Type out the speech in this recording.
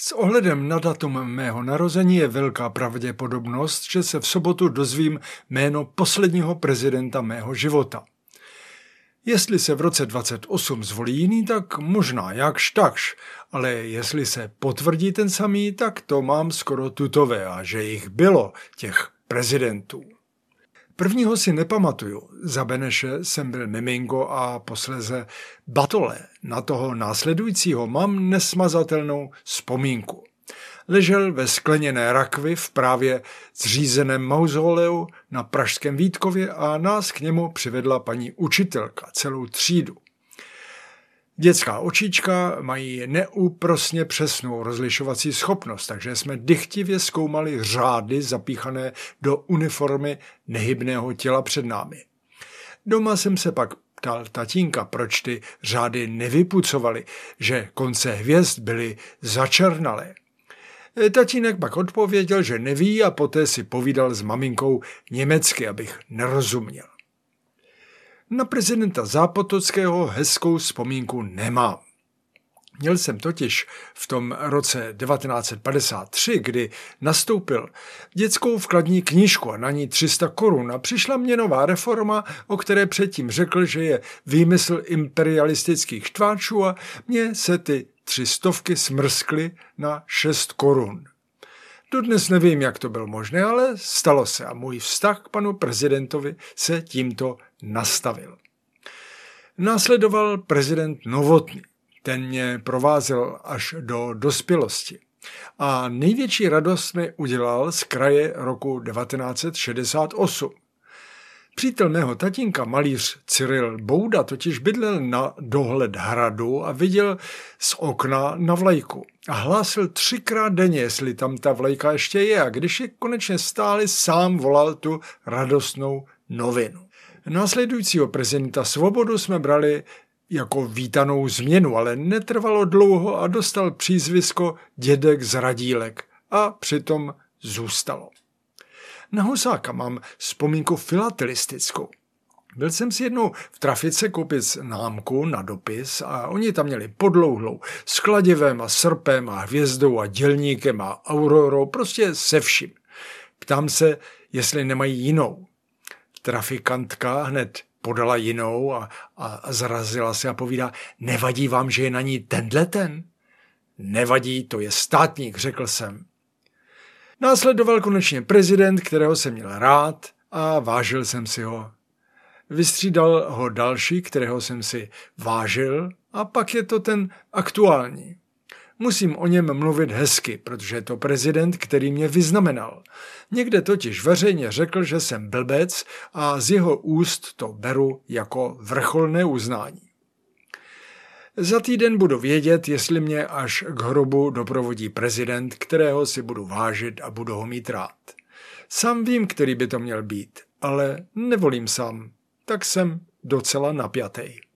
S ohledem na datum mého narození je velká pravděpodobnost, že se v sobotu dozvím jméno posledního prezidenta mého života. Jestli se v roce 28 zvolí jiný, tak možná jakž takž, ale jestli se potvrdí ten samý, tak to mám skoro tutové a že jich bylo, těch prezidentů. Prvního si nepamatuju, za Beneše jsem byl miminko a posléze batole. Na toho následujícího mám nesmazatelnou vzpomínku. Ležel ve skleněné rakvi v právě zřízeném mauzoleu na pražském Vítkově a nás k němu přivedla paní učitelka, celou třídu. Dětská očička mají neúprosně přesnou rozlišovací schopnost, takže jsme dychtivě zkoumali řády zapíchané do uniformy nehybného těla před námi. Doma jsem se pak ptal tatínka, proč ty řády nevypucovaly, že konce hvězd byly začernalé. Tatínek pak odpověděl, že neví a poté si povídal s maminkou německy, abych nerozuměl. Na prezidenta Zápotockého hezkou vzpomínku nemám. Měl jsem totiž v tom roce 1953, kdy nastoupil, dětskou vkladní knížku a na ní 300 korun a přišla měnová reforma, o které předtím řekl, že je výmysl imperialistických štváčů a mně se ty 300 smrskly na 6 korun. Dodnes nevím, jak to bylo možné, ale stalo se a můj vztah k panu prezidentovi se tímto nastavil. Následoval prezident Novotný. Ten mě provázel až do dospělosti. A největší radost mi udělal z kraje roku 1968. Přítel mého tatínka, malíř Cyril Bouda, totiž bydlel na dohled hradu a viděl z okna na vlajku. A hlásil 3krát denně, jestli tam ta vlajka ještě je. A když je konečně stáli, sám volal tu radostnou novinu. Následujícího prezidenta Svobodu jsme brali jako vítanou změnu, ale netrvalo dlouho a dostal přízvisko Dědek z Radílek. A přitom zůstalo. Na Husáka mám vzpomínku filatelistickou. Byl jsem si jednou v trafice koupit známku na dopis a oni tam měli podlouhlou s kladivem a srpem a hvězdou a dělníkem a aurorou, prostě se vším. Ptám se, jestli nemají jinou. Trafikantka hned podala jinou a zarazila se a povídá, nevadí vám, že je na ní tenhleten? Nevadí, to je státník, řekl jsem. Následoval konečně prezident, kterého jsem měl rád a vážil jsem si ho. Vystřídal ho další, kterého jsem si vážil a pak je to ten aktuální. Musím o něm mluvit hezky, protože je to prezident, který mě vyznamenal. Někde totiž veřejně řekl, že jsem blbec a z jeho úst to beru jako vrcholné uznání. Za týden budu vědět, jestli mě až k hrobu doprovodí prezident, kterého si budu vážit a budu ho mít rád. Sám vím, který by to měl být, ale nevolím sám, tak jsem docela napjatý.